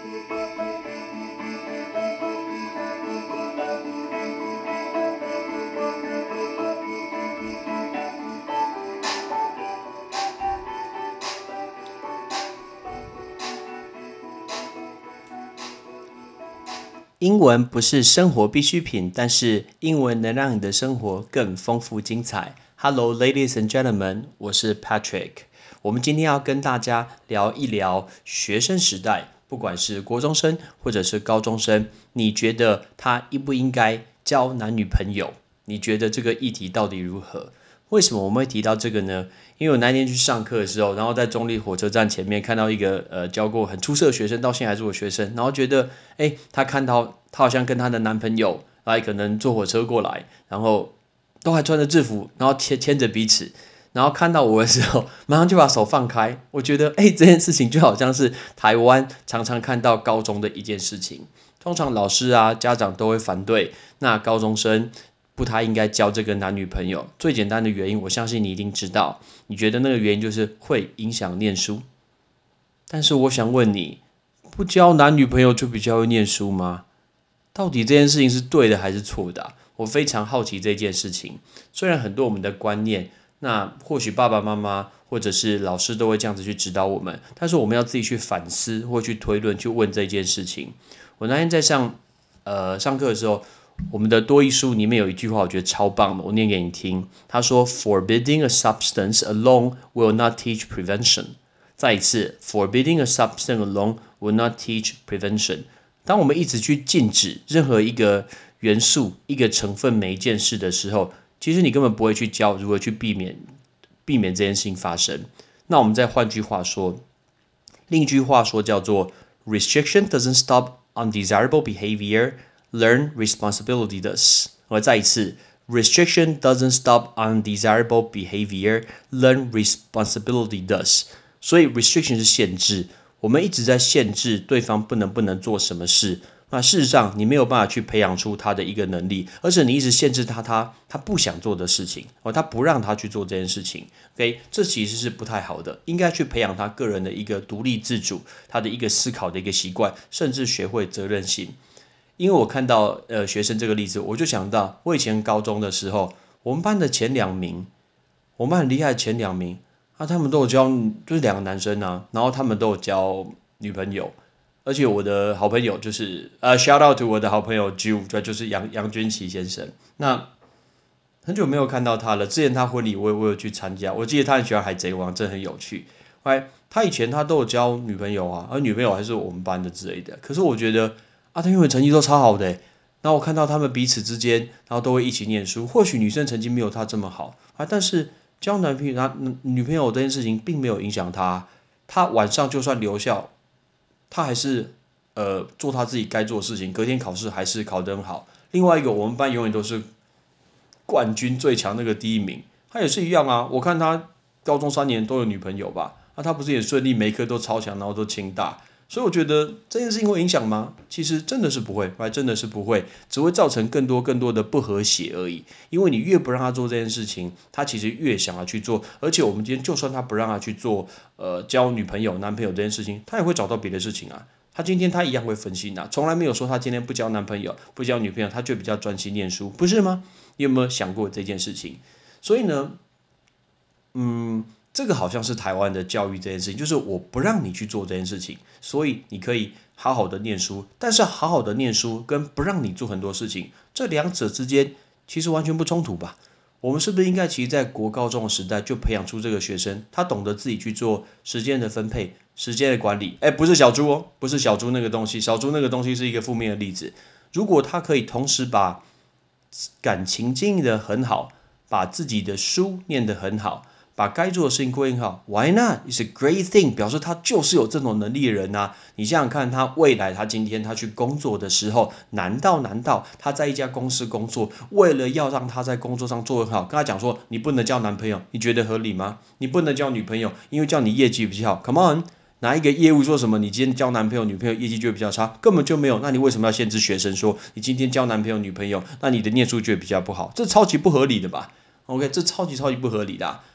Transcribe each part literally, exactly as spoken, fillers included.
英文不是生活必需品，但是英文能让你的生活更丰富精彩。Hello, ladies and gentlemen， 我是 Patrick。我们今天要跟大家聊一聊学生时代，不管是国中生或者是高中生，你觉得他应不应该交男女朋友？你觉得这个议题到底如何？为什么我们会提到这个呢？因为我那天去上课的时候，然后在中立火车站前面看到一个呃教过很出色的学生，到现在还是我学生，然后觉得哎，他看到他好像跟他的男朋友来可能坐火车过来，然后都还穿着制服，然后牵牵着彼此，然后看到我的时候，马上就把手放开。我觉得哎，这件事情就好像是台湾常常看到高中的一件事情，通常老师啊家长都会反对，那高中生不太应该交这个男女朋友。最简单的原因，我相信你一定知道。你觉得那个原因就是会影响念书？但是我想问你，不交男女朋友就比较会念书吗？到底这件事情是对的还是错的啊？我非常好奇这件事情。虽然很多我们的观念，那或许爸爸妈妈或者是老师都会这样子去指导我们，但是我们要自己去反思或去推论，去问这件事情。我那天在上呃上课的时候，我们的多益书里面有一句话，我觉得超棒的，我念给你听。他说 ：“Forbidding a substance alone will not teach prevention。”再一次 ，“Forbidding a substance alone will not teach prevention。”当我们一直去禁止任何一个元素、一个成分、每一件事的时候，其实你根本不会去教如何去避免避免这件事情发生。那我们再换句话说，另一句话说叫做 “Restriction doesn't stop undesirable behavior.” Learn responsibility does. 我再一次 Restriction doesn't stop undesirable behavior. Learn responsibility does. 所以 restriction 是限制，我们一直在限制对方不能不能做什么事。那事实上你没有办法去培养出他的一个能力，而且你一直限制他他他不想做的事情，他不让他去做这件事情。OK， 这其实是不太好的，应该去培养他个人的一个独立自主，他的一个思考的一个习惯，甚至学会责任心。因为我看到呃学生这个例子，我就想到我以前高中的时候，我们班的前两名，我们班很厉害的前两名啊，他们都有交，就是两个男生啊，然后他们都有交女朋友，而且我的好朋友就是呃 shout out to 我的好朋友 Jew， 就是杨杨君琪先生。那很久没有看到他了，之前他婚礼我我有去参加，我记得他很喜欢海贼王，真的很有趣。哎，他以前他都有交女朋友啊，而女朋友还是我们班的之类的，可是我觉得。啊，他英文成绩都超好的，然后我看到他们彼此之间，然后都会一起念书。或许女生成绩没有他这么好啊，但是交男朋友、他女朋友这件事情并没有影响他。他晚上就算留校，他还是呃做他自己该做的事情，隔天考试还是考得很好。另外一个，我们班永远都是冠军最强那个第一名，他也是一样啊。我看他高中三年都有女朋友吧，啊，他不是也顺利，每一科都超强，然后都清大。所以我觉得这件事情会影响吗？其实真的是不会，真的是不会，只会造成更多更多的不和谐而已。因为你越不让他做这件事情，他其实越想要去做。而且我们今天就算他不让他去做，呃，交女朋友、男朋友这件事情，他也会找到别的事情啊。他今天他一样会分心啊，从来没有说他今天不交男朋友、不交女朋友，他就比较专心念书，不是吗？你有没有想过这件事情？所以呢，嗯。这个好像是台湾的教育这件事情，就是我不让你去做这件事情，所以你可以好好的念书。但是好好的念书跟不让你做很多事情，这两者之间其实完全不冲突吧？我们是不是应该其实在国高中的时代就培养出这个学生，他懂得自己去做时间的分配、时间的管理？哎，不是小猪哦，不是小猪那个东西，小猪那个东西是一个负面的例子。如果他可以同时把感情经营得很好，把自己的书念得很好。把该做的事情规定好 ，Why not? It's a great thing. 表示他就是有这种能力的人啊！你想想看，他未来他今天他去工作的时候，难道难道他在一家公司工作，为了要让他在工作上做得很好，跟他讲说你不能交男朋友，你觉得合理吗？你不能交女朋友，因为叫你业绩比较好。Come on， 哪一个业务说什么你今天交男朋友、女朋友业绩就会比较差？根本就没有。那你为什么要限制学生说你今天交男朋友、女朋友，那你的念书就会比较不好？这超级不合理的吧？OK， 这超级超级不合理的、啊。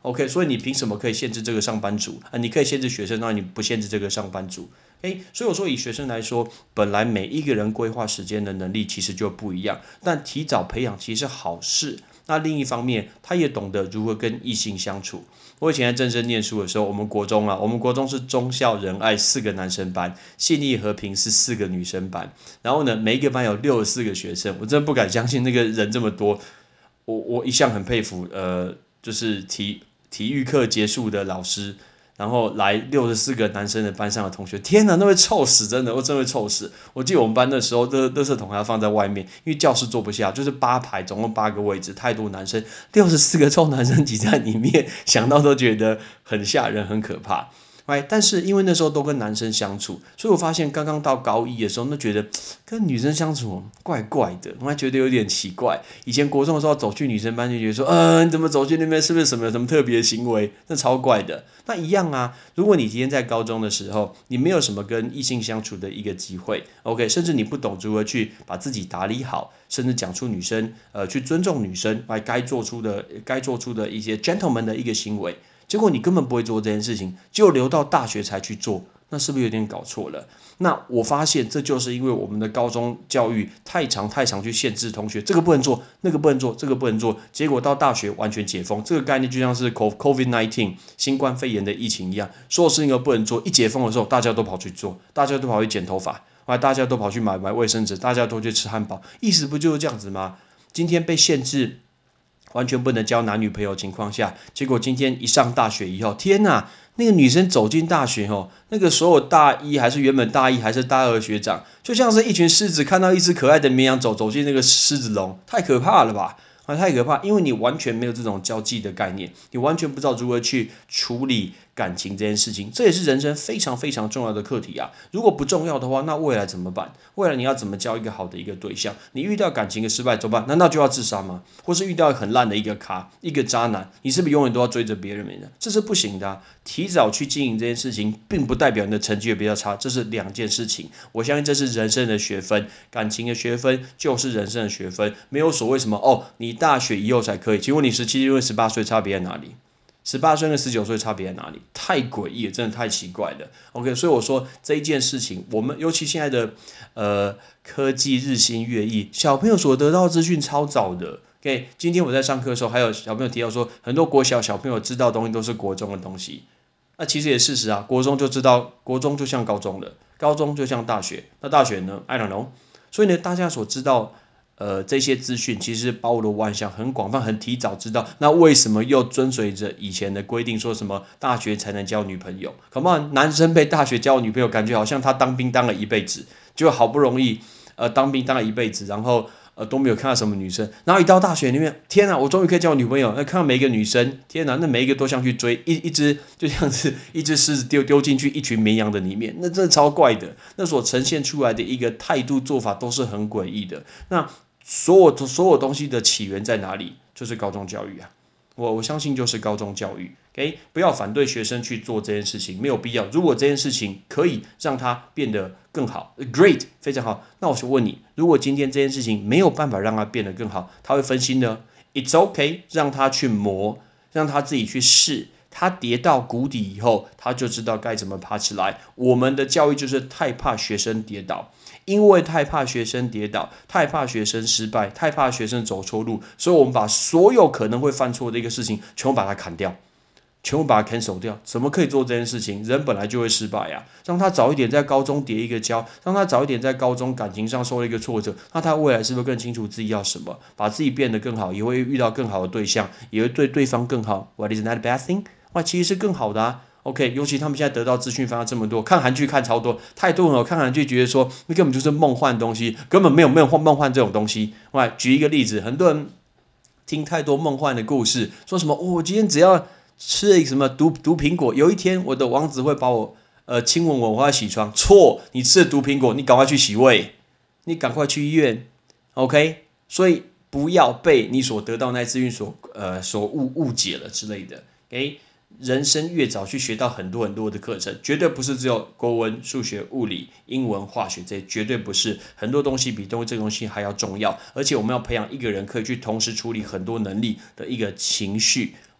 OK， 所以你凭什么可以限制这个上班族啊？你可以限制学生，那你不限制这个上班族？诶，所以我说以学生来说，本来每一个人规划时间的能力其实就不一样，但提早培养其实是好事。那另一方面，他也懂得如何跟异性相处。我以前在正生念书的时候，我们国中啊，我们国中是忠孝仁爱四个男生班，信义和平是四个女生班。然后呢，每一个班有六十四个学生，我真的不敢相信那个人这么多。我我一向很佩服，呃，就是体体育课结束的老师。然后来六十四个男生的班上的同学，天哪，那会臭死，真的，我真会臭死。我记得我们班那时候，垃垃圾桶还要放在外面，因为教室坐不下，就是八排，总共八个位置，太多男生，六十四个臭男生挤在里面，想到都觉得很吓人，很可怕。Right? 但是因为那时候都跟男生相处，所以我发现刚刚到高一的时候，那觉得跟女生相处怪怪的，我还觉得有点奇怪。以前国中的时候走去女生班就觉得说，呃，你怎么走去那边，是不是什么什么特别的行为？那超怪的。那一样啊，如果你今天在高中的时候，你没有什么跟异性相处的一个机会 ，OK， 甚至你不懂如何去把自己打理好，甚至讲出女生，呃，去尊重女生，来该做出的该做出的一些 gentleman 的一个行为。结果你根本不会做这件事情，就留到大学才去做，那是不是有点搞错了？那我发现这就是因为我们的高中教育太长太长去限制同学，这个不能做，那个不能做，这个不能做，结果到大学完全解封，这个概念就像是 COVID 十九 新冠肺炎的疫情一样，所有事情都不能做，一解封的时候大家都跑去做，大家都跑去剪头发，后来大家都跑去买买卫生纸，大家都去吃汉堡，意思不就是这样子吗？今天被限制完全不能交男女朋友的情况下，结果今天一上大学以后，天哪！那个女生走进大学哦，那个所有大一还是原本大一还是大二的学长，就像是一群狮子看到一只可爱的绵羊走走进那个狮子笼，太可怕了吧！啊，太可怕，因为你完全没有这种交际的概念，你完全不知道如何去处理感情这件事情，这也是人生非常非常重要的课题啊！如果不重要的话，那未来怎么办？未来你要怎么交一个好的一个对象？你遇到感情的失败怎么办？难道就要自杀吗？或是遇到很烂的一个咖，一个渣男，你是不是永远都要追着别人呢？这是不行的啊！提早去经营这件事情，并不代表你的成绩也比较差，这是两件事情。我相信这是人生的学分，感情的学分就是人生的学分，没有所谓什么哦，你大学以后才可以。请问你十七岁跟十八岁差别在哪里？十八岁跟十九岁差别在哪里？太诡异了，真的太奇怪了。OK， 所以我说这一件事情，我们尤其现在的呃科技日新月异，小朋友所得到的资讯超早的。OK， 今天我在上课的时候，还有小朋友提到说，很多国小小朋友知道的东西都是国中的东西。那其实也事实啊，国中就知道，国中就像高中了，高中就像大学，那大学呢 ？I don't know。所以呢，大家所知道。呃，这些资讯其实包罗万象，很广泛，很提早知道。那为什么又遵随着以前的规定，说什么大学才能交女朋友？可能男生被大学交女朋友，感觉好像他当兵当了一辈子，就好不容易呃当兵当了一辈子，然后呃都没有看到什么女生，然后一到大学里面，天哪，我终于可以交女朋友！那看到每一个女生，天哪，那每一个都像去追一一只，就像是一只狮子丢丢进去一群绵羊的里面，那真的超怪的。那所呈现出来的一个态度做法都是很诡异的。那所有所有东西的起源在哪里？就是高中教育啊！我我相信就是高中教育。OK， 不要反对学生去做这件事情，没有必要。如果这件事情可以让他变得更好 ，Great， 非常好。那我就问你，如果今天这件事情没有办法让他变得更好，他会分心呢 ？It's OK， 让他去磨，让他自己去试。他跌到谷底以后，他就知道该怎么爬起来。我们的教育就是太怕学生跌倒。因为太怕学生跌倒，太怕学生失败，太怕学生走错路，所以我们把所有可能会犯错的一个事情全部把它砍掉，全部把它 cancel 掉。怎么可以做这件事情？人本来就会失败啊！让他早一点在高中跌一个跤，让他早一点在高中感情上受了一个挫折，那他未来是不是更清楚自己要什么？把自己变得更好，也会遇到更好的对象，也会对对方更好。What is not a bad thing？ 哇，其实是更好的啊。OK， 尤其他们现在得到资讯方向这么多，看韩剧看超多，太多人了。看韩剧觉得说那根本就是梦幻东西，根本没有没有梦幻这种东西。我举一个例子，很多人听太多梦幻的故事，说什么、哦、我今天只要吃了一个什么毒毒苹果，有一天我的王子会把我呃亲吻我，我要洗床。错，你吃了毒苹果，你赶快去洗胃，你赶快去医院。OK， 所以不要被你所得到那资讯所呃所误误解了之类的。OK。人生越早去学到很多很多的课程，绝对不是只有国文、数学、物理、英文、化学这些，绝对不是。很多东西比东这个东西还要重要，而且我们要培养一个人可以去同时处理很多能力的一个情绪。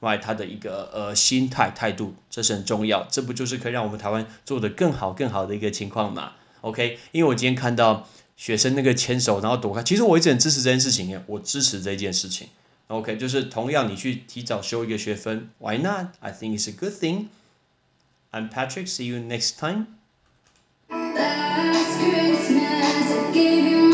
，right， 他的一个呃心态态度，这是很重要。这不就是可以让我们台湾做得更好更好的一个情况嘛 ？OK， 因为我今天看到学生那个牵手然后躲开，其实我一直很支持这件事情耶，我支持这件事情。OK， 就是同样你去提早修一个学分 ，Why not? I think it's a good thing. I'm Patrick. See you next time. Last Christmas I gave you